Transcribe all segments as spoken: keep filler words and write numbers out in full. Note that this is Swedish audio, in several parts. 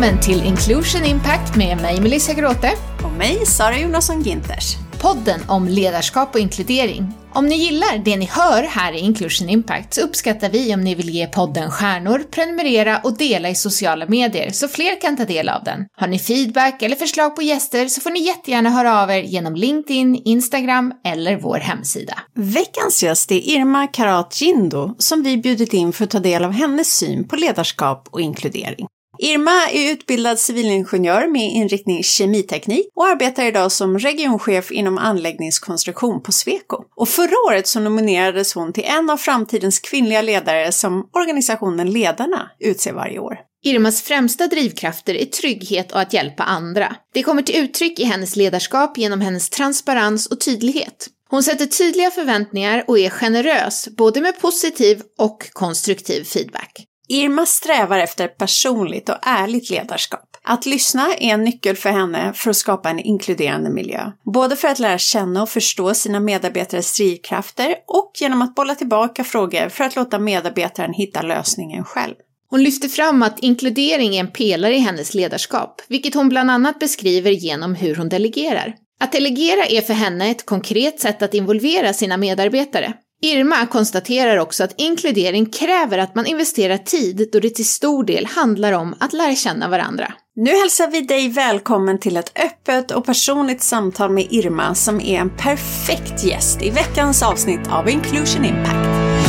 välkommen till Inclusion Impact med mig Melissa Gråte och mig Sara Jonasson Ginters. Podden om ledarskap och inkludering. Om ni gillar det ni hör här i Inclusion Impact så uppskattar vi om ni vill ge podden stjärnor, prenumerera och dela i sociala medier så fler kan ta del av den. Har ni feedback eller förslag på gäster så får ni jättegärna höra av er genom LinkedIn, Instagram eller vår hemsida. Veckans gäst är Irma Karat Jindo som vi bjudit in för att ta del av hennes syn på ledarskap och inkludering. Irma är utbildad civilingenjör med inriktning kemiteknik och arbetar idag som regionchef inom anläggningskonstruktion på Sweco. Och förra året så nominerades hon till en av framtidens kvinnliga ledare som organisationen Ledarna utser varje år. Irmas främsta drivkrafter är trygghet och att hjälpa andra. Det kommer till uttryck i hennes ledarskap genom hennes transparens och tydlighet. Hon sätter tydliga förväntningar och är generös både med positiv och konstruktiv feedback. Irma strävar efter personligt och ärligt ledarskap. Att lyssna är en nyckel för henne för att skapa en inkluderande miljö. Både för att lära känna och förstå sina medarbetares drivkrafter och genom att bolla tillbaka frågor för att låta medarbetaren hitta lösningen själv. Hon lyfter fram att inkludering är en pelare i hennes ledarskap, vilket hon bland annat beskriver genom hur hon delegerar. Att delegera är för henne ett konkret sätt att involvera sina medarbetare. Irma konstaterar också att inkludering kräver att man investerar tid då det till stor del handlar om att lära känna varandra. Nu hälsar vi dig välkommen till ett öppet och personligt samtal med Irma som är en perfekt gäst i veckans avsnitt av Inclusion Impact.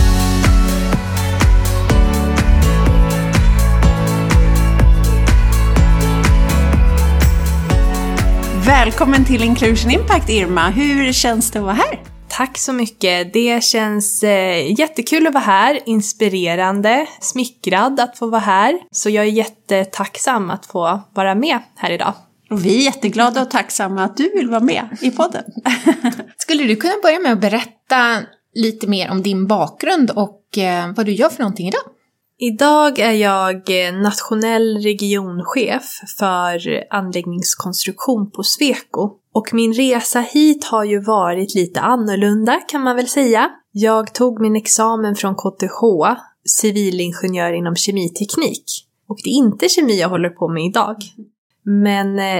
Välkommen till Inclusion Impact, Irma. Hur känns det att vara här? Tack så mycket. Det känns eh, jättekul att vara här, inspirerande, smickrad att få vara här. Så jag är jättetacksam att få vara med här idag. Och vi är jätteglada och tacksamma att du vill vara med i podden. Skulle du kunna börja med att berätta lite mer om din bakgrund och eh, vad du gör för någonting idag? Idag är jag nationell regionchef för anläggningskonstruktion på Sweco. Och min resa hit har ju varit lite annorlunda kan man väl säga. Jag tog min examen från K T H, civilingenjör inom kemiteknik. Och det är inte kemi jag håller på med idag. Men eh,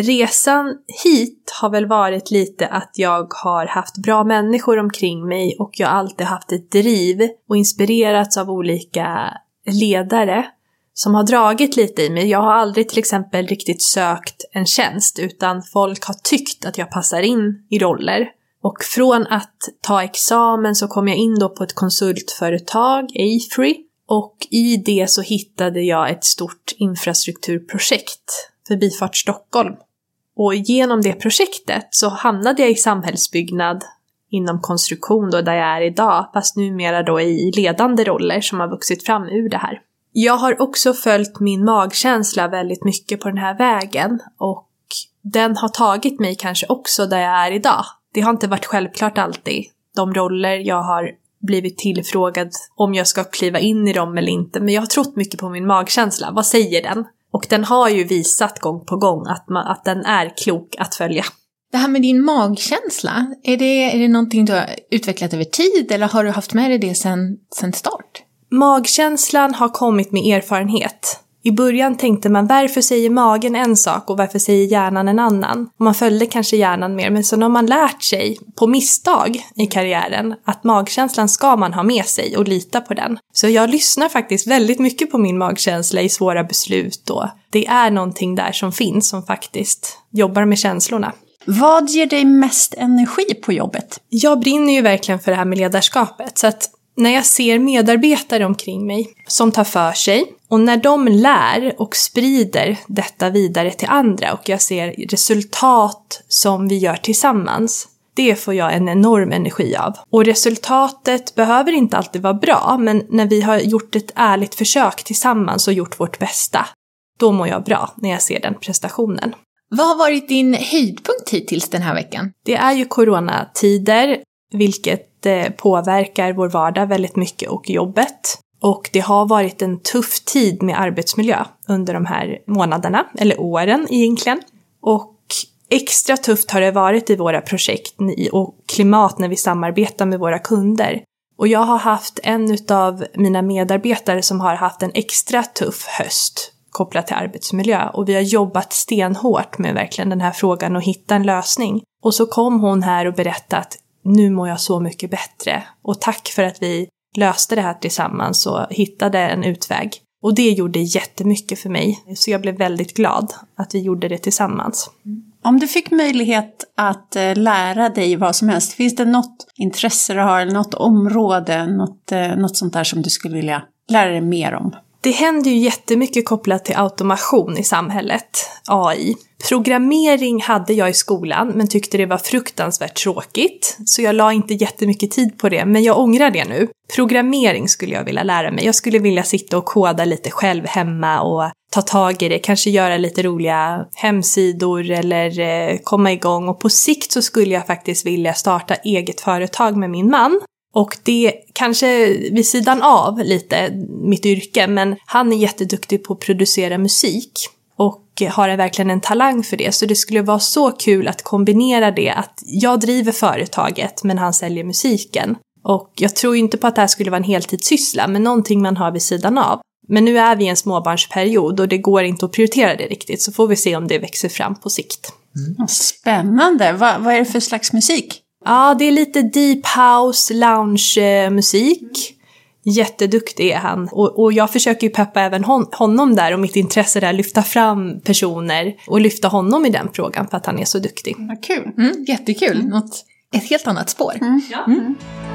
resan hit har väl varit lite att jag har haft bra människor omkring mig. Och jag har alltid haft ett driv och inspirerats av olika ledare som har dragit lite i mig. Jag har aldrig till exempel riktigt sökt en tjänst utan folk har tyckt att jag passar in i roller. Och från att ta examen så kom jag in då på ett konsultföretag, Afry. Och i det så hittade jag ett stort infrastrukturprojekt, Förbifart Stockholm. Och genom det projektet så hamnade jag i samhällsbyggnad inom konstruktion då där jag är idag. Fast numera då i ledande roller som har vuxit fram ur det här. Jag har också följt min magkänsla väldigt mycket på den här vägen och den har tagit mig kanske också där jag är idag. Det har inte varit självklart alltid. De roller jag har blivit tillfrågad om jag ska kliva in i dem eller inte. Men jag har trott mycket på min magkänsla. Vad säger den? Och den har ju visat gång på gång att, man, att den är klok att följa. Det här med din magkänsla, är det, är det någonting du har utvecklat över tid eller har du haft med dig det sedan, sedan start? Magkänslan har kommit med erfarenhet. I början tänkte man varför säger magen en sak och varför säger hjärnan en annan. Och man följde kanske hjärnan mer men så har man lärt sig på misstag i karriären att magkänslan ska man ha med sig och lita på den. Så jag lyssnar faktiskt väldigt mycket på min magkänsla i svåra beslut och det är någonting där som finns som faktiskt jobbar med känslorna. Vad ger dig mest energi på jobbet? Jag brinner ju verkligen för det här med ledarskapet så att när jag ser medarbetare omkring mig som tar för sig och när de lär och sprider detta vidare till andra och jag ser resultat som vi gör tillsammans, det får jag en enorm energi av. Och resultatet behöver inte alltid vara bra, men när vi har gjort ett ärligt försök tillsammans och gjort vårt bästa, då mår jag bra när jag ser den prestationen. Vad har varit din höjdpunkt hittills den här veckan? Det är ju coronatider, vilket påverkar vår vardag väldigt mycket och jobbet. Och det har varit en tuff tid med arbetsmiljö under de här månaderna, eller åren egentligen. Och extra tufft har det varit i våra projekt och klimat när vi samarbetar med våra kunder. Och jag har haft en av mina medarbetare som har haft en extra tuff höst kopplat till arbetsmiljö. Och vi har jobbat stenhårt med verkligen den här frågan och hitta en lösning. Och så kom hon här och berättade att nu mår jag så mycket bättre. Och tack för att vi löste det här tillsammans och hittade en utväg. Och det gjorde jättemycket för mig. Så jag blev väldigt glad att vi gjorde det tillsammans. Om du fick möjlighet att eh, lära dig vad som helst, finns det något intresse du har eller något område, något, eh, något sånt där som du skulle vilja lära dig mer om? Det händer ju jättemycket kopplat till automation i samhället, A I. Programmering hade jag i skolan men tyckte det var fruktansvärt tråkigt. Så jag la inte jättemycket tid på det, men jag ångrar det nu. Programmering skulle jag vilja lära mig. Jag skulle vilja sitta och koda lite själv hemma och ta tag i det. Kanske göra lite roliga hemsidor eller eh, komma igång. Och på sikt så skulle jag faktiskt vilja starta eget företag med min man. Och det kanske vid sidan av lite mitt yrke, men han är jätteduktig på att producera musik och har verkligen en talang för det. Så det skulle vara så kul att kombinera det, att jag driver företaget men han säljer musiken. Och jag tror inte på att det här skulle vara en heltidssyssla, men någonting man har vid sidan av. Men nu är vi i en småbarnsperiod och det går inte att prioritera det riktigt, så får vi se om det växer fram på sikt. Mm. Spännande! Va, vad är det för slags musik? Ja, det är lite deep house, lounge-musik. Jätteduktig är han. Och, och jag försöker ju peppa även hon, honom där, och mitt intresse är att lyfta fram personer och lyfta honom i den frågan för att han är så duktig. Vad kul! Mm, jättekul. Mm. Något, ett helt annat spår. Mm. Ja. Mm.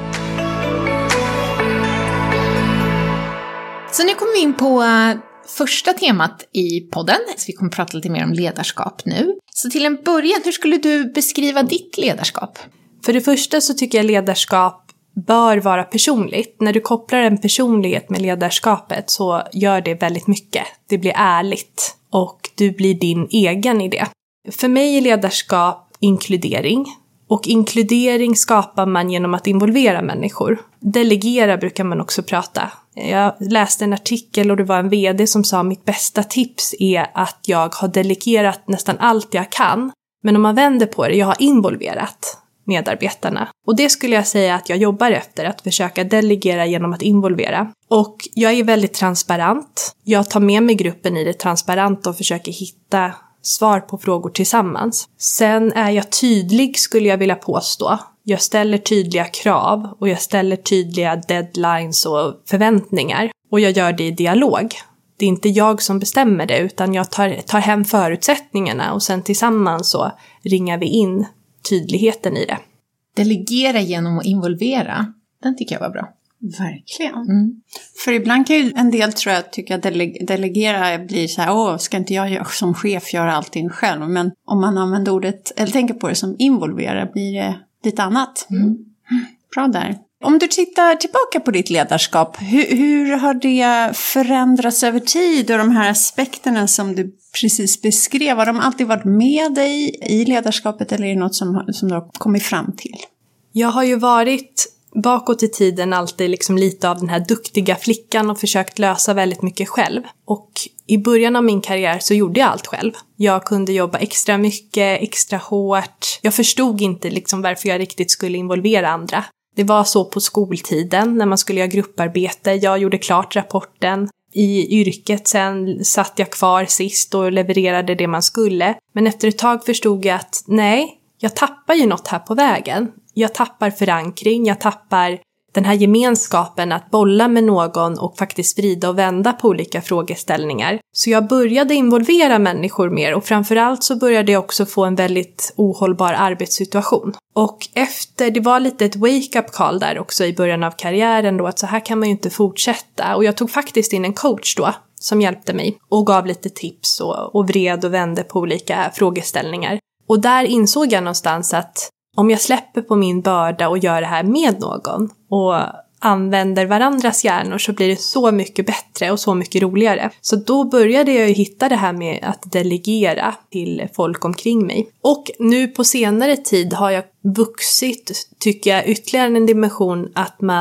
Så nu kommer vi in på uh, första temat i podden. Så vi kommer prata lite mer om ledarskap nu. Så till en början, hur skulle du beskriva ditt ledarskap? För det första så tycker jag ledarskap bör vara personligt. När du kopplar en personlighet med ledarskapet så gör det väldigt mycket. Det blir ärligt och du blir din egen i det. För mig är ledarskap inkludering. Och inkludering skapar man genom att involvera människor. Delegera brukar man också prata. Jag läste en artikel och det var en vd som sa: mitt bästa tips är att jag har delegerat nästan allt jag kan. Men om man vänder på det, jag har involverat medarbetarna. Och det skulle jag säga att jag jobbar efter, att försöka delegera genom att involvera. Och jag är väldigt transparent. Jag tar med mig gruppen i det transparenta och försöker hitta svar på frågor tillsammans. Sen är jag tydlig, skulle jag vilja påstå. Jag ställer tydliga krav och jag ställer tydliga deadlines och förväntningar. Och jag gör det i dialog. Det är inte jag som bestämmer det, utan jag tar, tar hem förutsättningarna och sen tillsammans så ringar vi in tydligheten i det. Delegera genom att involvera. Den tycker jag var bra. Verkligen. Mm. För ibland kan ju en del, tror jag, tycka att dele- delegera blir så här: åh, ska inte jag som chef göra allting själv? Men om man använder ordet, eller tänker på det som involvera, blir det lite annat. Mm. Bra där. Om du tittar tillbaka på ditt ledarskap, hur, hur har det förändrats över tid, och de här aspekterna som du precis beskrev, har de alltid varit med dig i ledarskapet, eller är det något som, som du har kommit fram till? Jag har ju varit bakåt i tiden alltid liksom lite av den här duktiga flickan och försökt lösa väldigt mycket själv. Och i början av min karriär så gjorde jag allt själv. Jag kunde jobba extra mycket, extra hårt. Jag förstod inte liksom varför jag riktigt skulle involvera andra. Det var så på skoltiden när man skulle göra grupparbete. Jag gjorde klart rapporten. I yrket sen satt jag kvar sist och levererade det man skulle. Men efter ett tag förstod jag att nej, jag tappar ju något här på vägen. Jag tappar förankring, jag tappar den här gemenskapen att bolla med någon och faktiskt vrida och vända på olika frågeställningar. Så jag började involvera människor mer, och framförallt så började jag också få en väldigt ohållbar arbetssituation. Och efter, det var lite ett wake-up call där också i början av karriären då, att så här kan man ju inte fortsätta. Och jag tog faktiskt in en coach då som hjälpte mig och gav lite tips och, och vred och vände på olika frågeställningar. Och där insåg jag någonstans att om jag släpper på min börda och gör det här med någon och använder varandras hjärnor, så blir det så mycket bättre och så mycket roligare. Så då började jag ju hitta det här med att delegera till folk omkring mig. Och nu på senare tid har jag vuxit, tycker jag, ytterligare en dimension att man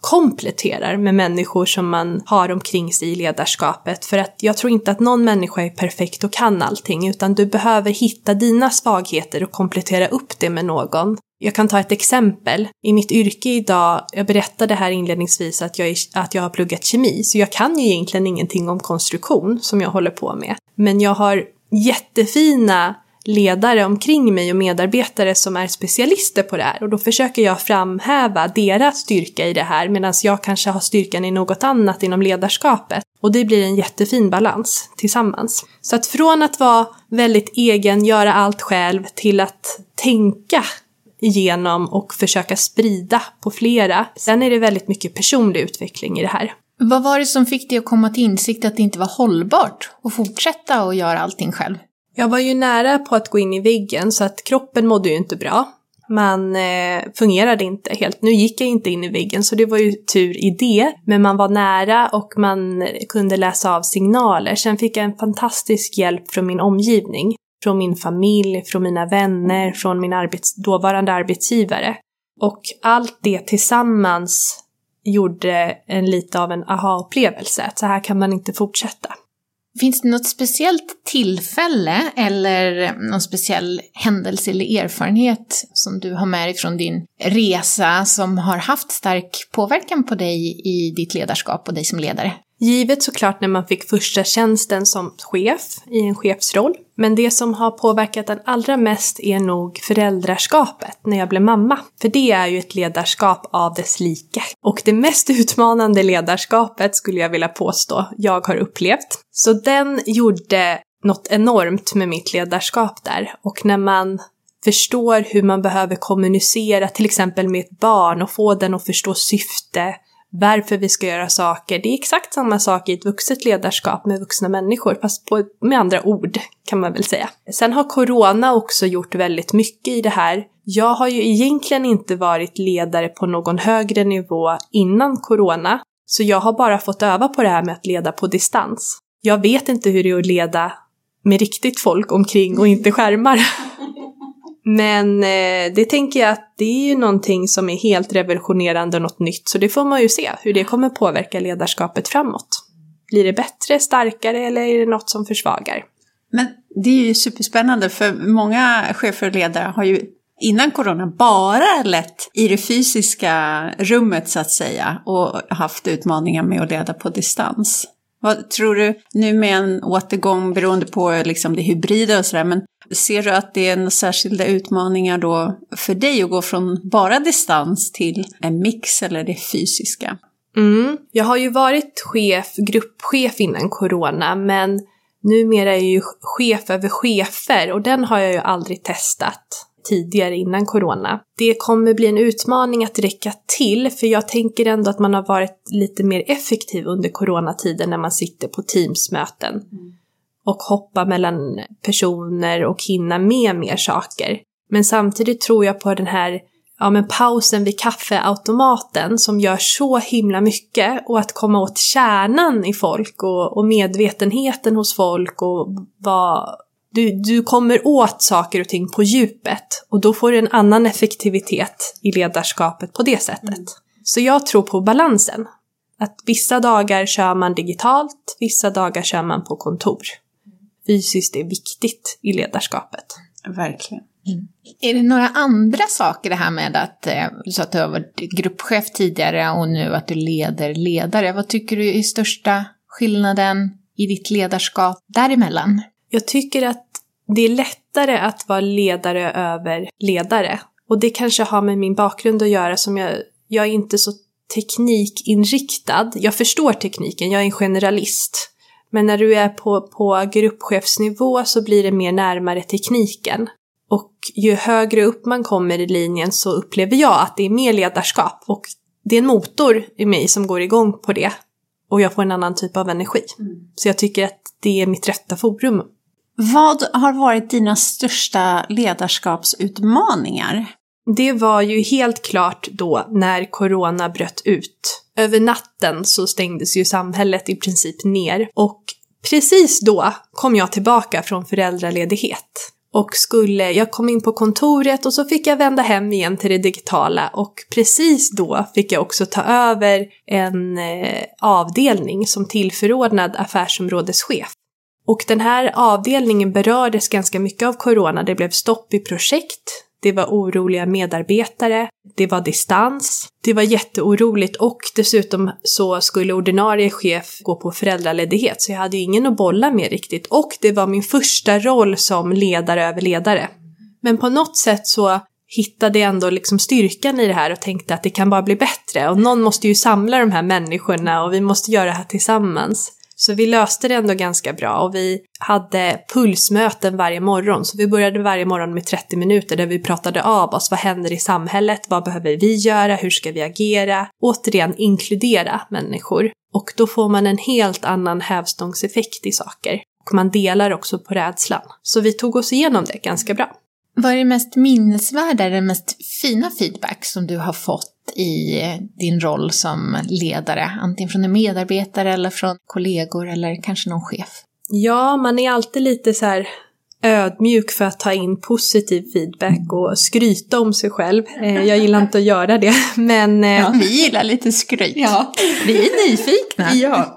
kompletterar med människor som man har omkring sig i ledarskapet. För att jag tror inte att någon människa är perfekt och kan allting, utan du behöver hitta dina svagheter och komplettera upp det med någon. Jag kan ta ett exempel. I mitt yrke idag, jag berättade här inledningsvis att jag, är, att jag har pluggat kemi, så jag kan ju egentligen ingenting om konstruktion som jag håller på med. Men jag har jättefina ledare omkring mig och medarbetare som är specialister på det här, och då försöker jag framhäva deras styrka i det här medan jag kanske har styrkan i något annat inom ledarskapet, och det blir en jättefin balans tillsammans. Så att från att vara väldigt egen, göra allt själv, till att tänka igenom och försöka sprida på flera. Sen är det väldigt mycket personlig utveckling i det här. Vad var det som fick dig att komma till insikt att det inte var hållbart att fortsätta och göra allting själv? Jag var ju nära på att gå in i väggen, så att kroppen mådde ju inte bra. Man eh, fungerade inte helt. Nu gick jag inte in i väggen, så det var ju tur i det. Men man var nära och man kunde läsa av signaler. Sen fick jag en fantastisk hjälp från min omgivning. Från min familj, från mina vänner, från min arbets- dåvarande arbetsgivare. Och allt det tillsammans gjorde en lite av en aha-upplevelse. Att så här kan man inte fortsätta. Finns det något speciellt tillfälle eller någon speciell händelse eller erfarenhet som du har med dig från din resa som har haft stark påverkan på dig i ditt ledarskap och dig som ledare? Givet såklart när man fick första tjänsten som chef i en chefsroll. Men det som har påverkat den allra mest är nog föräldraskapet när jag blev mamma. För det är ju ett ledarskap av dess like. Och det mest utmanande ledarskapet skulle jag vilja påstå jag har upplevt. Så den gjorde något enormt med mitt ledarskap där. Och när man förstår hur man behöver kommunicera till exempel med ett barn och få den att förstå syfte, varför vi ska göra saker. Det är exakt samma sak i ett vuxet ledarskap med vuxna människor, fast på, med andra ord kan man väl säga. Sen har corona också gjort väldigt mycket i det här. Jag har ju egentligen inte varit ledare på någon högre nivå innan corona, så jag har bara fått öva på det här med att leda på distans. Jag vet inte hur det är att leda med riktigt folk omkring och inte skärmar. Men eh, det tänker jag att det är ju någonting som är helt revolutionerande och något nytt. Så det får man ju se hur det kommer påverka ledarskapet framåt. Blir det bättre, starkare eller är det något som försvagar? Men det är ju superspännande, för många chefer och ledare har ju innan corona bara lett i det fysiska rummet så att säga och haft utmaningar med att leda på distans. Vad tror du nu med en återgång beroende på liksom det hybrida och sådär, men ser du att det är en särskilda utmaningar då för dig att gå från bara distans till en mix eller det fysiska? Mm. Jag har ju varit chef, gruppchef innan corona, men numera är jag ju chef över chefer och den har jag ju aldrig testat tidigare innan corona. Det kommer bli en utmaning att räcka till, för jag tänker ändå att man har varit lite mer effektiv under coronatiden när man sitter på Teams-möten mm. och hoppar mellan personer och hinna med mer saker. Men samtidigt tror jag på den här ja, men pausen vid kaffeautomaten som gör så himla mycket, och att komma åt kärnan i folk och, och medvetenheten hos folk och vad Du, du kommer åt saker och ting på djupet och då får du en annan effektivitet i ledarskapet på det sättet. Mm. Så jag tror på balansen. Att vissa dagar kör man digitalt, vissa dagar kör man på kontor. Fysiskt är viktigt i ledarskapet. Verkligen. Mm. Är det några andra saker det här med att eh, du sa att du har varit gruppchef tidigare och nu att du leder ledare? Vad tycker du är största skillnaden i ditt ledarskap däremellan? Jag tycker att det är lättare att vara ledare över ledare. Och det kanske har med min bakgrund att göra, som jag, jag är inte så teknikinriktad. Jag förstår tekniken, jag är en generalist. Men när du är på, på gruppchefsnivå så blir det mer närmare tekniken. Och ju högre upp man kommer i linjen så upplever jag att det är mer ledarskap. Och det är en motor i mig som går igång på det. Och jag får en annan typ av energi. Mm. Så jag tycker att det är mitt rätta forum. Vad har varit dina största ledarskapsutmaningar? Det var ju helt klart då när corona bröt ut. Över natten så stängdes ju samhället i princip ner. Och precis då kom jag tillbaka från föräldraledighet. Och skulle, jag kom in på kontoret och så fick jag vända hem igen till det digitala. Och precis då fick jag också ta över en eh, avdelning som tillförordnad affärsområdeschef. Och den här avdelningen berördes ganska mycket av corona. Det blev stopp i projekt. Det var oroliga medarbetare. Det var distans. Det var jätteoroligt och dessutom så skulle ordinarie chef gå på föräldraledighet. Så jag hade ju ingen att bolla med riktigt. Och det var min första roll som ledare över ledare. Men på något sätt så hittade jag ändå liksom styrkan i det här och tänkte att det kan bara bli bättre. Och någon måste ju samla de här människorna och vi måste göra det här tillsammans. Så vi löste det ändå ganska bra och vi hade pulsmöten varje morgon. Så vi började varje morgon med trettio minuter där vi pratade av oss. Vad händer i samhället? Vad behöver vi göra? Hur ska vi agera? Återigen, inkludera människor. Och då får man en helt annan hävstångseffekt i saker. Och man delar också på rädslan. Så vi tog oss igenom det ganska bra. Vad är det mest minnesvärda, den mest fina feedback som du har fått i din roll som ledare? Antingen från en medarbetare eller från kollegor eller kanske någon chef. Ja, man är alltid lite så här ödmjuk för att ta in positiv feedback och skryta om sig själv. Jag gillar inte att göra det, men... Ja, vi gillar lite skryt. Ja, vi är nyfikna. Ja.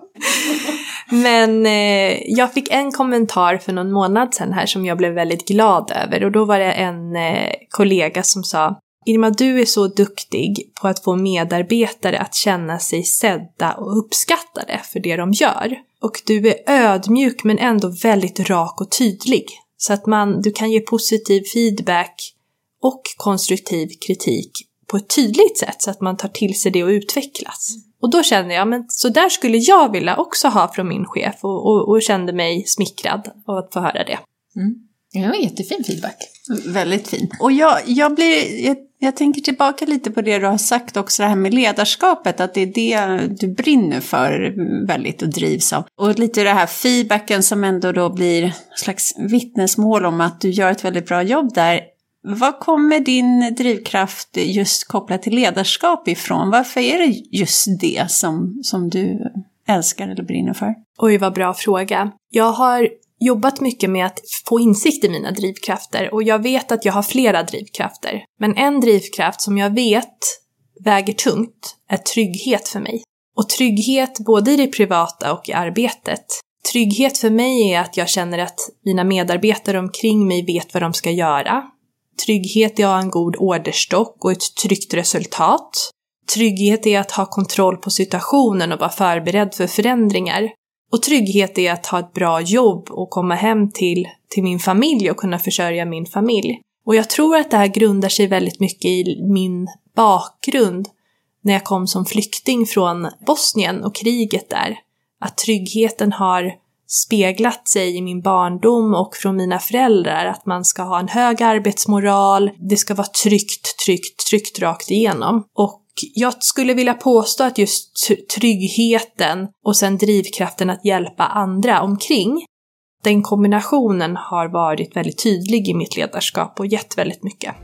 Men eh, jag fick en kommentar för någon månad sedan här som jag blev väldigt glad över. Och då var det en eh, kollega som sa: Irma, du är så duktig på att få medarbetare att känna sig sedda och uppskattade för det de gör. Och du är ödmjuk men ändå väldigt rak och tydlig. Så att man, du kan ge positiv feedback och konstruktiv kritik på ett tydligt sätt så att man tar till sig det och utvecklas. Och då kände jag, men så där skulle jag vilja också ha från min chef och, och, och kände mig smickrad av att få höra det. Mm. Ja, jättefin feedback. Väldigt fin. Och jag, jag, blir, jag, jag tänker tillbaka lite på det du har sagt också, det här med ledarskapet, att det är det du brinner för väldigt och drivs av. Och lite det här feedbacken som ändå då blir slags vittnesmål om att du gör ett väldigt bra jobb där. Vad kommer din drivkraft just kopplat till ledarskap ifrån? Varför är det just det som, som du älskar eller brinner för? Oj, vad bra fråga. Jag har jobbat mycket med att få insikt i mina drivkrafter och jag vet att jag har flera drivkrafter. Men en drivkraft som jag vet väger tungt är trygghet för mig. Och trygghet både i det privata och i arbetet. Trygghet för mig är att jag känner att mina medarbetare omkring mig vet vad de ska göra. Trygghet är att ha en god orderstock och ett tryggt resultat. Trygghet är att ha kontroll på situationen och vara förberedd för förändringar. Och trygghet är att ha ett bra jobb och komma hem till, till min familj och kunna försörja min familj. Och jag tror att det här grundar sig väldigt mycket i min bakgrund när jag kom som flykting från Bosnien och kriget där. Att tryggheten har speglat sig i min barndom och från mina föräldrar. Att man ska ha en hög arbetsmoral, det ska vara tryggt, tryggt, tryggt rakt igenom. Och jag skulle vilja påstå att just tryggheten och sen drivkraften att hjälpa andra omkring, den kombinationen har varit väldigt tydlig i mitt ledarskap och gett väldigt mycket.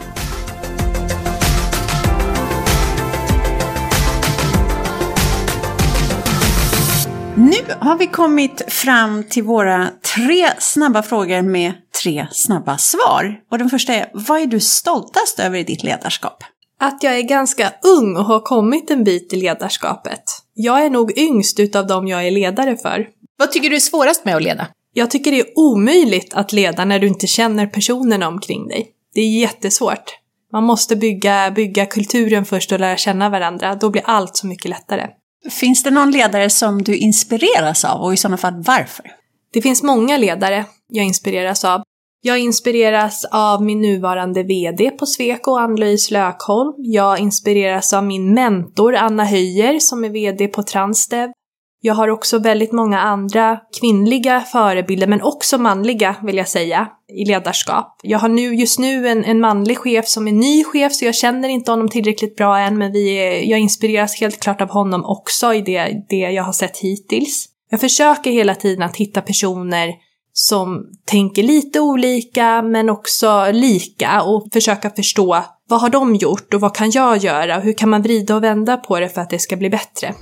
Nu har vi kommit fram till våra tre snabba frågor med tre snabba svar. Och den första är, vad är du stoltast över i ditt ledarskap? Att jag är ganska ung och har kommit en bit i ledarskapet. Jag är nog yngst utav dem jag är ledare för. Vad tycker du är svårast med att leda? Jag tycker det är omöjligt att leda när du inte känner personerna omkring dig. Det är jättesvårt. Man måste bygga, bygga kulturen först och lära känna varandra. Då blir allt så mycket lättare. Finns det någon ledare som du inspireras av och i sådana fall varför? Det finns många ledare jag inspireras av. Jag inspireras av min nuvarande vd på Sweco, Ann-Louise Lökholm. Jag inspireras av min mentor Anna Höjer som är vd på Transdev. Jag har också väldigt många andra kvinnliga förebilder, men också manliga vill jag säga, i ledarskap. Jag har nu, just nu en, en manlig chef som är ny chef, så jag känner inte honom tillräckligt bra än, men vi är, jag inspireras helt klart av honom också i det, det jag har sett hittills. Jag försöker hela tiden att hitta personer som tänker lite olika men också lika och försöka förstå vad har de gjort och vad kan jag göra och hur kan man vrida och vända på det för att det ska bli bättre.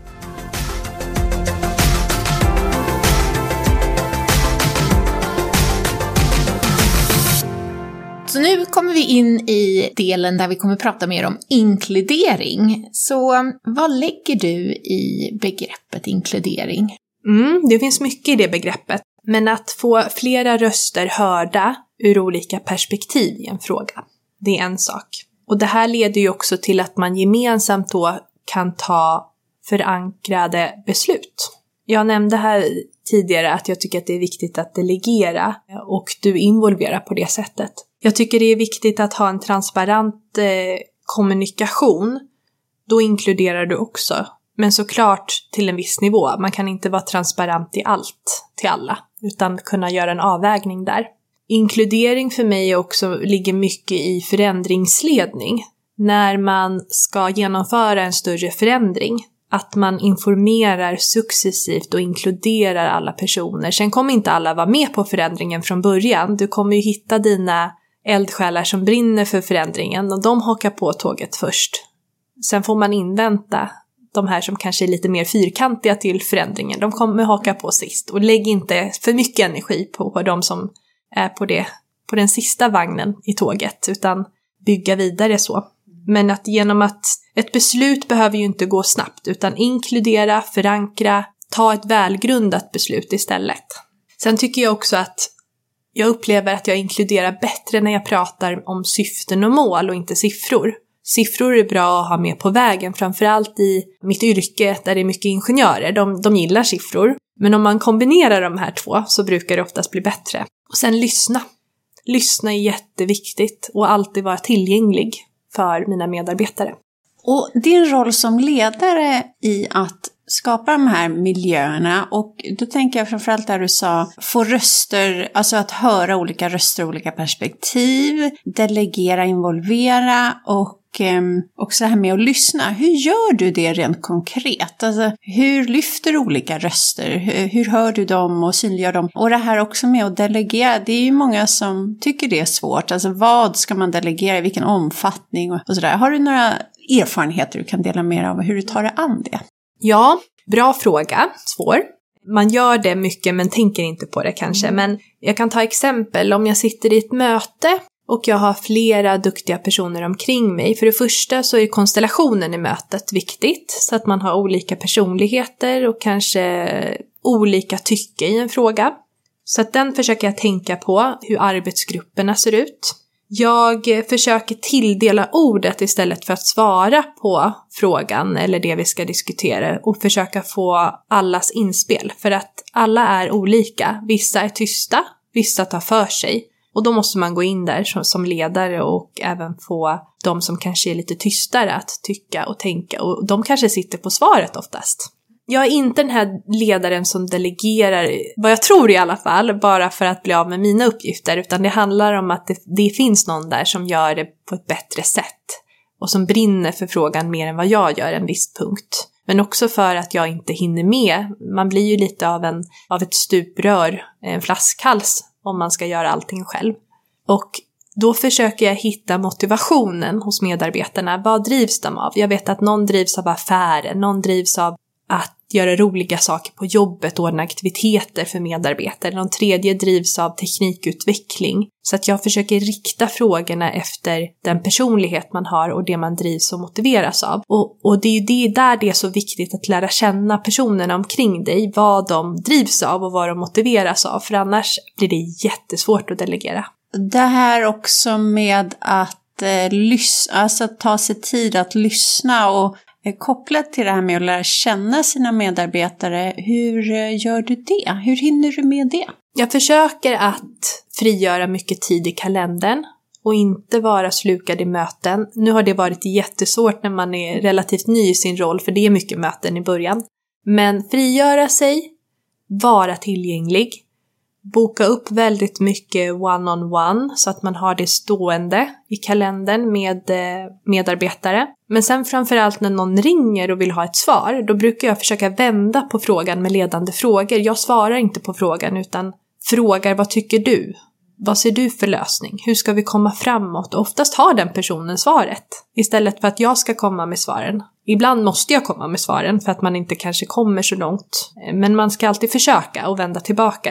Så nu kommer vi in i delen där vi kommer prata mer om inkludering. Så vad lägger du i begreppet inkludering? Mm, det finns mycket i det begreppet. Men att få flera röster hörda ur olika perspektiv i en fråga, det är en sak. Och det här leder ju också till att man gemensamt då kan ta förankrade beslut. Jag nämnde här tidigare att jag tycker att det är viktigt att delegera och du involverar på det sättet. Jag tycker det är viktigt att ha en transparent eh, kommunikation. Då inkluderar du också. Men såklart till en viss nivå. Man kan inte vara transparent i allt till alla. Utan kunna göra en avvägning där. Inkludering för mig också ligger mycket i förändringsledning. När man ska genomföra en större förändring. Att man informerar successivt och inkluderar alla personer. Sen kommer inte alla vara med på förändringen från början. Du kommer ju hitta dina eldsjälar som brinner för förändringen. Och de hakar på tåget först. Sen får man invänta de här som kanske är lite mer fyrkantiga till förändringen. De kommer haka på sist. Och lägg inte för mycket energi på, på de som är på, det, på den sista vagnen i tåget. Utan bygga vidare så. Men att genom att ett beslut behöver ju inte gå snabbt. Utan inkludera, förankra, ta ett välgrundat beslut istället. Sen tycker jag också att jag upplever att jag inkluderar bättre när jag pratar om syften och mål och inte siffror. Siffror är bra att ha med på vägen, framförallt i mitt yrke där det är mycket ingenjörer. De, de gillar siffror. Men om man kombinerar de här två så brukar det oftast bli bättre. Och sen lyssna. Lyssna är jätteviktigt och alltid vara tillgänglig för mina medarbetare. Och din roll som ledare i att skapa de här miljöerna, och då tänker jag framförallt där du sa få röster, alltså att höra olika röster, olika perspektiv, delegera, involvera och eh, också det här med att lyssna. Hur gör du det rent konkret? Alltså, hur lyfter du olika röster? Hur, hur hör du dem och synliggör dem? Och det här också med att delegera, det är ju många som tycker det är svårt. Alltså vad ska man delegera, i vilken omfattning och, och sådär. Har du några erfarenheter du kan dela med av hur du tar dig an det? Ja, bra fråga. Svår. Man gör det mycket men tänker inte på det kanske. Mm. Men jag kan ta exempel. Om jag sitter i ett möte och jag har flera duktiga personer omkring mig. För det första så är konstellationen i mötet viktigt. Så att man har olika personligheter och kanske olika tycke i en fråga. Så att den försöker jag tänka på, hur arbetsgrupperna ser ut. Jag försöker tilldela ordet istället för att svara på frågan eller det vi ska diskutera och försöka få allas inspel. För att alla är olika. Vissa är tysta, vissa tar för sig. Och då måste man gå in där som, som ledare och även få de som kanske är lite tystare att tycka och tänka. Och de kanske sitter på svaret oftast. Jag är inte den här ledaren som delegerar, vad jag tror i alla fall, bara för att bli av med mina uppgifter. Utan det handlar om att det, det finns någon där som gör det på ett bättre sätt. Och som brinner för frågan mer än vad jag gör en viss punkt. Men också för att jag inte hinner med. Man blir ju lite av, en, av ett stuprör, en flaskhals om man ska göra allting själv. Och då försöker jag hitta motivationen hos medarbetarna. Vad drivs de av? Jag vet att någon drivs av affären, någon drivs av att göra roliga saker på jobbet, ordna aktiviteter för medarbetare. De tredje drivs av teknikutveckling. Så att jag försöker rikta frågorna efter den personlighet man har och det man drivs och motiveras av. Och, och det är ju det, där det är så viktigt att lära känna personerna omkring dig, vad de drivs av och vad de motiveras av. För annars blir det jättesvårt att delegera. Det här också med att eh, lyssna, alltså att ta sig tid att lyssna och kopplat till det här med att lära känna sina medarbetare, hur gör du det? Hur hinner du med det? Jag försöker att frigöra mycket tid i kalendern och inte vara slukad i möten. Nu har det varit jättesvårt när man är relativt ny i sin roll, för det är mycket möten i början. Men frigöra sig, vara tillgänglig, boka upp väldigt mycket one-on-one så att man har det stående i kalendern med medarbetare. Men sen framförallt när någon ringer och vill ha ett svar, då brukar jag försöka vända på frågan med ledande frågor. Jag svarar inte på frågan utan frågar, vad tycker du? Vad ser du för lösning? Hur ska vi komma framåt? Och oftast har den personen svaret istället för att jag ska komma med svaren. Ibland måste jag komma med svaren för att man inte kanske kommer så långt. Men man ska alltid försöka och vända tillbaka det.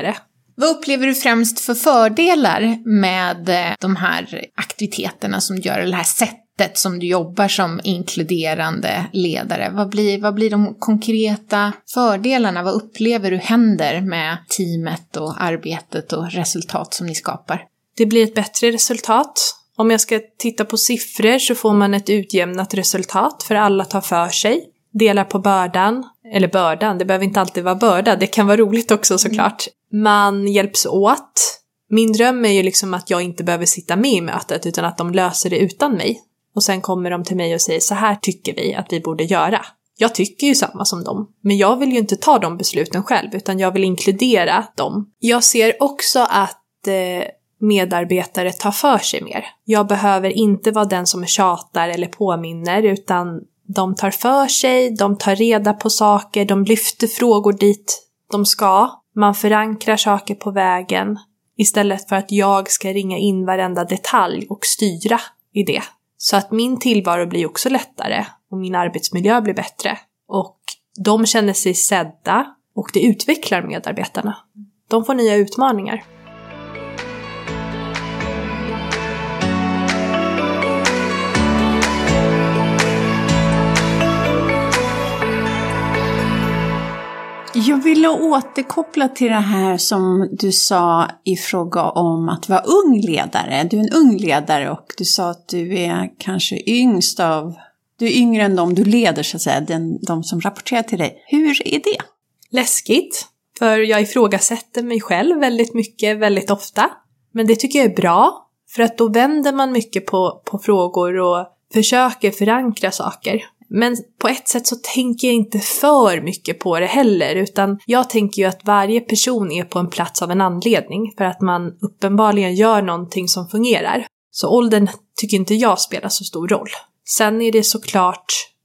Vad upplever du främst för fördelar med de här aktiviteterna som gör det här sättet som du jobbar som inkluderande ledare? Vad blir, vad blir de konkreta fördelarna? Vad upplever du händer med teamet och arbetet och resultat som ni skapar? Det blir ett bättre resultat. Om jag ska titta på siffror så får man ett utjämnat resultat för alla tar för sig. Delar på bördan, eller bördan, det behöver inte alltid vara börda, det kan vara roligt också såklart. Man hjälps åt. Min dröm är ju liksom att jag inte behöver sitta med i mötet utan att de löser det utan mig. Och sen kommer de till mig och säger så här tycker vi att vi borde göra. Jag tycker ju samma som dem, men jag vill ju inte ta de besluten själv utan jag vill inkludera dem. Jag ser också att eh, medarbetare tar för sig mer. Jag behöver inte vara den som tjatar eller påminner utan de tar för sig, de tar reda på saker, de lyfter frågor dit de ska. Man förankrar saker på vägen istället för att jag ska ringa in varenda detalj och styra i det. Så att min tillvaro blir också lättare och min arbetsmiljö blir bättre. Och de känner sig sedda och det utvecklar medarbetarna. De får nya utmaningar. Jag ville återkoppla till det här som du sa i fråga om att vara ung ledare. Du är en ung ledare och du sa att du är kanske yngst av, du är yngre än de du leder så att säga, den, de som rapporterar till dig. Hur är det? Läskigt, för jag ifrågasätter mig själv väldigt mycket, väldigt ofta. Men det tycker jag är bra, för att då vänder man mycket på, på frågor och försöker förankra saker. Men på ett sätt så tänker jag inte för mycket på det heller, utan jag tänker ju att varje person är på en plats av en anledning för att man uppenbarligen gör någonting som fungerar. Så åldern tycker inte jag spelar så stor roll. Sen är det såklart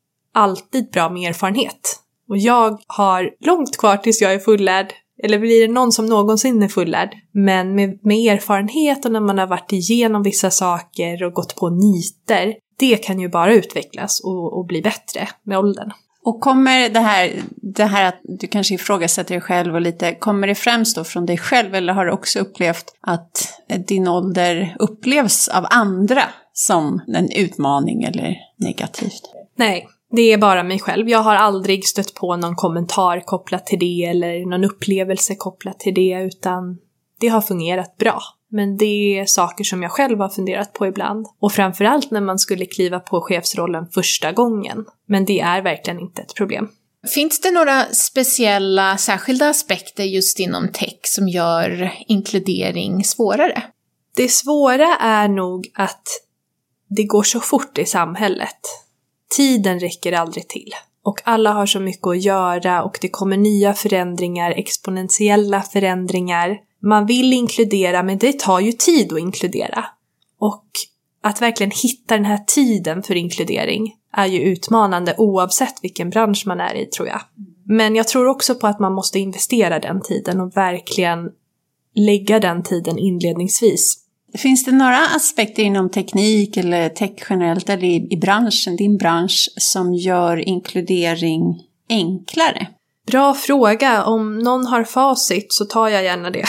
alltid bra med erfarenhet. Och jag har långt kvar tills jag är fullärd, eller blir det någon som någonsin är fullärd. Men med, med erfarenhet och när man har varit igenom vissa saker och gått på niter, det kan ju bara utvecklas och, och bli bättre med åldern. Och kommer det här, det här att du kanske ifrågasätter dig själv och lite, kommer det främst då från dig själv eller har du också upplevt att din ålder upplevs av andra som en utmaning eller negativt? Nej, det är bara mig själv. Jag har aldrig stött på någon kommentar kopplat till det eller någon upplevelse kopplat till det, utan det har fungerat bra. Men det är saker som jag själv har funderat på ibland. Och framförallt när man skulle kliva på chefsrollen första gången. Men det är verkligen inte ett problem. Finns det några speciella, särskilda aspekter just inom tech som gör inkludering svårare? Det svåra är nog att det går så fort i samhället. Tiden räcker aldrig till. Och alla har så mycket att göra och det kommer nya förändringar, exponentiella förändringar. Man vill inkludera, men det tar ju tid att inkludera. Och att verkligen hitta den här tiden för inkludering är ju utmanande oavsett vilken bransch man är i, tror jag. Men jag tror också på att man måste investera den tiden och verkligen lägga den tiden inledningsvis. Finns det några aspekter inom teknik eller tech generellt eller i, i branschen, din bransch, som gör inkludering enklare? Bra fråga. Om någon har facit så tar jag gärna det.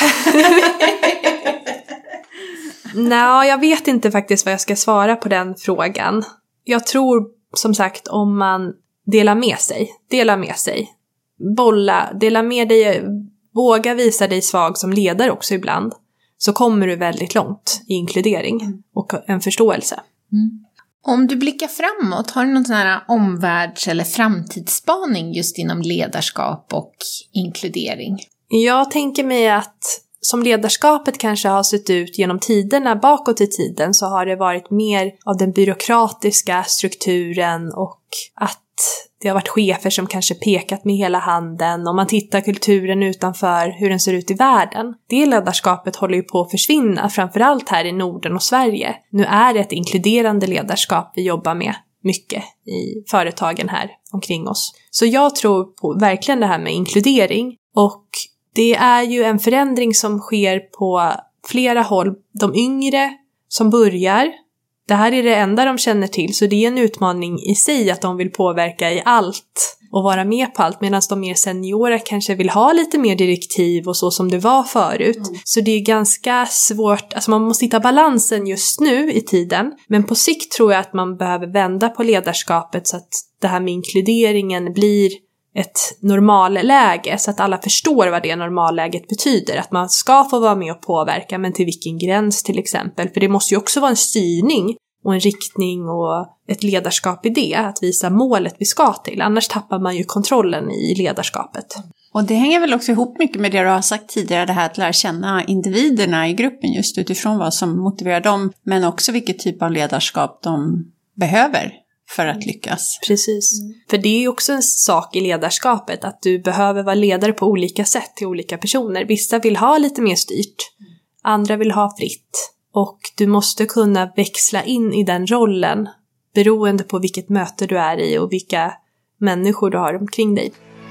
Nej, jag vet inte faktiskt vad jag ska svara på den frågan. Jag tror som sagt om man delar med sig. Delar med sig. Bolla, dela med dig. Våga visa dig svag som ledare också ibland. Så kommer du väldigt långt i inkludering och en förståelse. Mm. Om du blickar framåt, har du någon sån här omvärlds- eller framtidsspaning just inom ledarskap och inkludering? Jag tänker mig att som ledarskapet kanske har sett ut genom tiderna, bakåt i tiden, så har det varit mer av den byråkratiska strukturen och att det har varit chefer som kanske pekat med hela handen. Om man tittar kulturen utanför hur den ser ut i världen. Det ledarskapet håller ju på att försvinna, framförallt här i Norden och Sverige. Nu är det ett inkluderande ledarskap vi jobbar med mycket i företagen här omkring oss. Så jag tror på verkligen det här med inkludering. Och det är ju en förändring som sker på flera håll. De yngre som börjar, det här är det enda de känner till, så det är en utmaning i sig att de vill påverka i allt och vara med på allt, medan de mer seniora kanske vill ha lite mer direktiv och så som det var förut. Mm. Så det är ganska svårt, alltså man måste hitta balansen just nu i tiden, men på sikt tror jag att man behöver vända på ledarskapet så att det här med inkluderingen blir ett normalläge, så att alla förstår vad det normalläget betyder. Att man ska få vara med och påverka, men till vilken gräns till exempel. För det måste ju också vara en styrning och en riktning och ett ledarskap i det. Att visa målet vi ska till. Annars tappar man ju kontrollen i ledarskapet. Och det hänger väl också ihop mycket med det du har sagt tidigare, det här att lära känna individerna i gruppen just utifrån vad som motiverar dem. Men också vilket typ av ledarskap de behöver för att lyckas. Precis. Mm. För det är ju också en sak i ledarskapet att du behöver vara ledare på olika sätt till olika personer. Vissa vill ha lite mer styrt, andra vill ha fritt. Och du måste kunna växla in i den rollen beroende på vilket möte du är i och vilka människor du har omkring dig.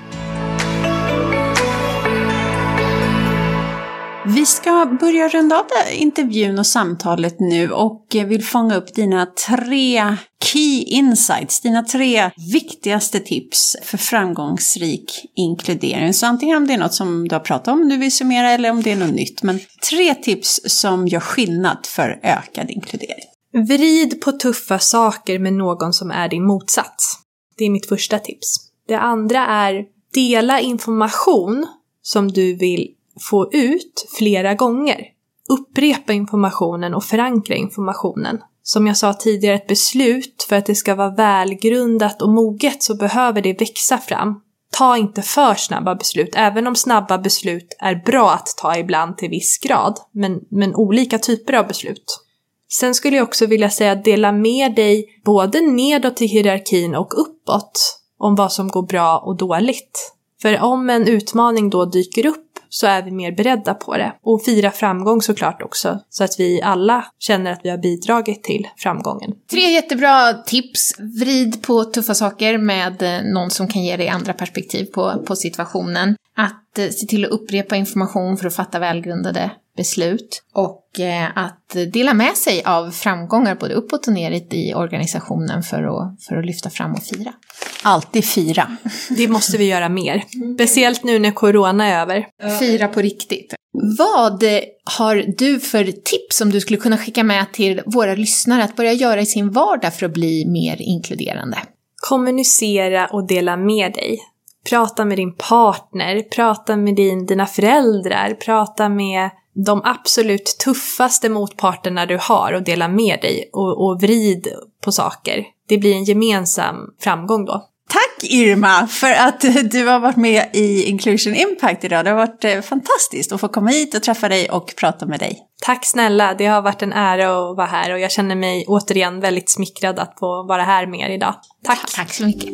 Vi ska börja runda av intervjun och samtalet nu och vill fånga upp dina tre key insights, dina tre viktigaste tips för framgångsrik inkludering. Så antingen om det är något som du har pratat om, du vill summera, eller om det är något nytt. Men tre tips som gör skillnad för ökad inkludering. Vrid på tuffa saker med någon som är din motsats. Det är mitt första tips. Det andra är dela information som du vill få ut flera gånger. Upprepa informationen och förankra informationen. Som jag sa tidigare, ett beslut, för att det ska vara välgrundat och moget så behöver det växa fram. Ta inte för snabba beslut, även om snabba beslut är bra att ta ibland till viss grad. Men, men olika typer av beslut. Sen skulle jag också vilja säga dela med dig både nedåt i hierarkin och uppåt om vad som går bra och dåligt. För om en utmaning då dyker upp så är vi mer beredda på det. Och fira framgång såklart också. Så att vi alla känner att vi har bidragit till framgången. Tre jättebra tips. Vrid på tuffa saker med någon som kan ge dig andra perspektiv på, på situationen. Att eh, se till att upprepa information för att fatta välgrundade beslut. Och eh, att dela med sig av framgångar både uppåt och neråt i organisationen för att, för att lyfta fram och fira. Alltid fira. Det måste vi göra mer. Speciellt nu när corona är över. Fira på riktigt. Vad har du för tips som du skulle kunna skicka med till våra lyssnare att börja göra i sin vardag för att bli mer inkluderande? Kommunicera och dela med dig. Prata med din partner, prata med din, dina föräldrar, prata med de absolut tuffaste motparterna du har och dela med dig och, och vrid på saker. Det blir en gemensam framgång då. Tack Irma för att du har varit med i Inclusion Impact idag. Det har varit fantastiskt att få komma hit och träffa dig och prata med dig. Tack snälla, det har varit en ära att vara här och jag känner mig återigen väldigt smickrad att få vara här med er idag. Tack. Tack så mycket.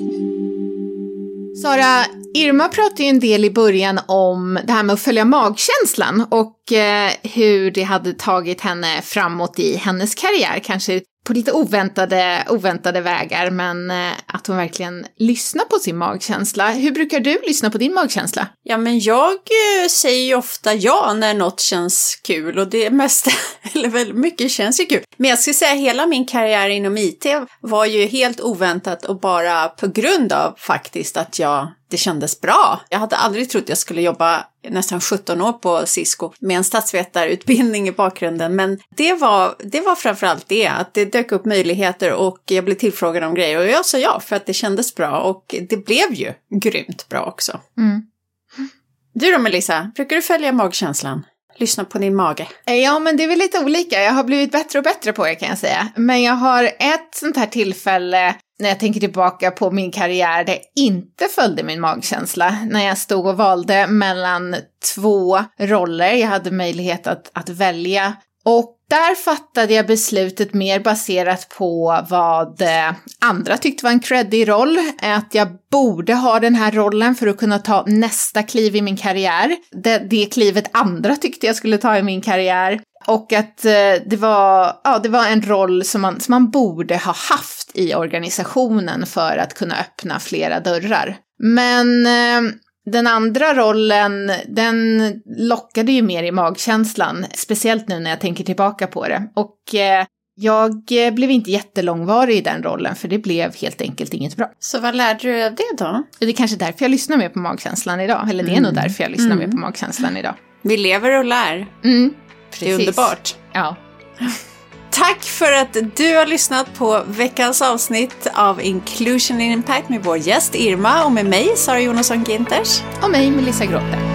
Sara, Irma pratade ju en del i början om det här med att följa magkänslan och eh, hur det hade tagit henne framåt i hennes karriär, kanske på lite oväntade, oväntade vägar, men eh, att hon verkligen lyssnar på sin magkänsla. Hur brukar du lyssna på din magkänsla? Ja, men jag eh, säger ju ofta ja när något känns kul och det mesta, eller väldigt mycket känns ju kul. Men jag skulle säga hela min karriär inom I T var ju helt oväntat och bara på grund av faktiskt att jag, det kändes bra. Jag hade aldrig trott jag skulle jobba nästan sjutton år på Cisco med en statsvetarutbildning i bakgrunden. Men det var, det var framförallt det, att det dök upp möjligheter och jag blev tillfrågad om grejer. Och jag sa ja för att det kändes bra och det blev ju grymt bra också. Mm. Du då Melissa, brukar du följa magkänslan? Lyssna på din mage. Ja, men det är väl lite olika. Jag har blivit bättre och bättre på det kan jag säga. Men jag har ett sånt här tillfälle när jag tänker tillbaka på min karriär där jag inte följde min magkänsla. När jag stod och valde mellan två roller. Jag hade möjlighet att, att välja. Och där fattade jag beslutet mer baserat på vad andra tyckte var en creddig roll. Att jag borde ha den här rollen för att kunna ta nästa kliv i min karriär. Det, det klivet andra tyckte jag skulle ta i min karriär. Och att det var, ja, det var en roll som man, som man borde ha haft i organisationen för att kunna öppna flera dörrar. Men den andra rollen, den lockade ju mer i magkänslan, speciellt nu när jag tänker tillbaka på det. Och eh, Jag blev inte jättelångvarig i den rollen, för det blev helt enkelt inget bra. Så vad lärde du dig av det då? Det är kanske därför jag lyssnar mer på magkänslan idag. Eller det är mm. nog därför jag lyssnar mm. mer på magkänslan idag. Vi lever och lär. Mm, precis. Det är underbart. Ja. Tack för att du har lyssnat på veckans avsnitt av Inclusion in Impact med vår gäst Irma och med mig, Sara Jonasson Ginters. Och mig, Melissa Gråte.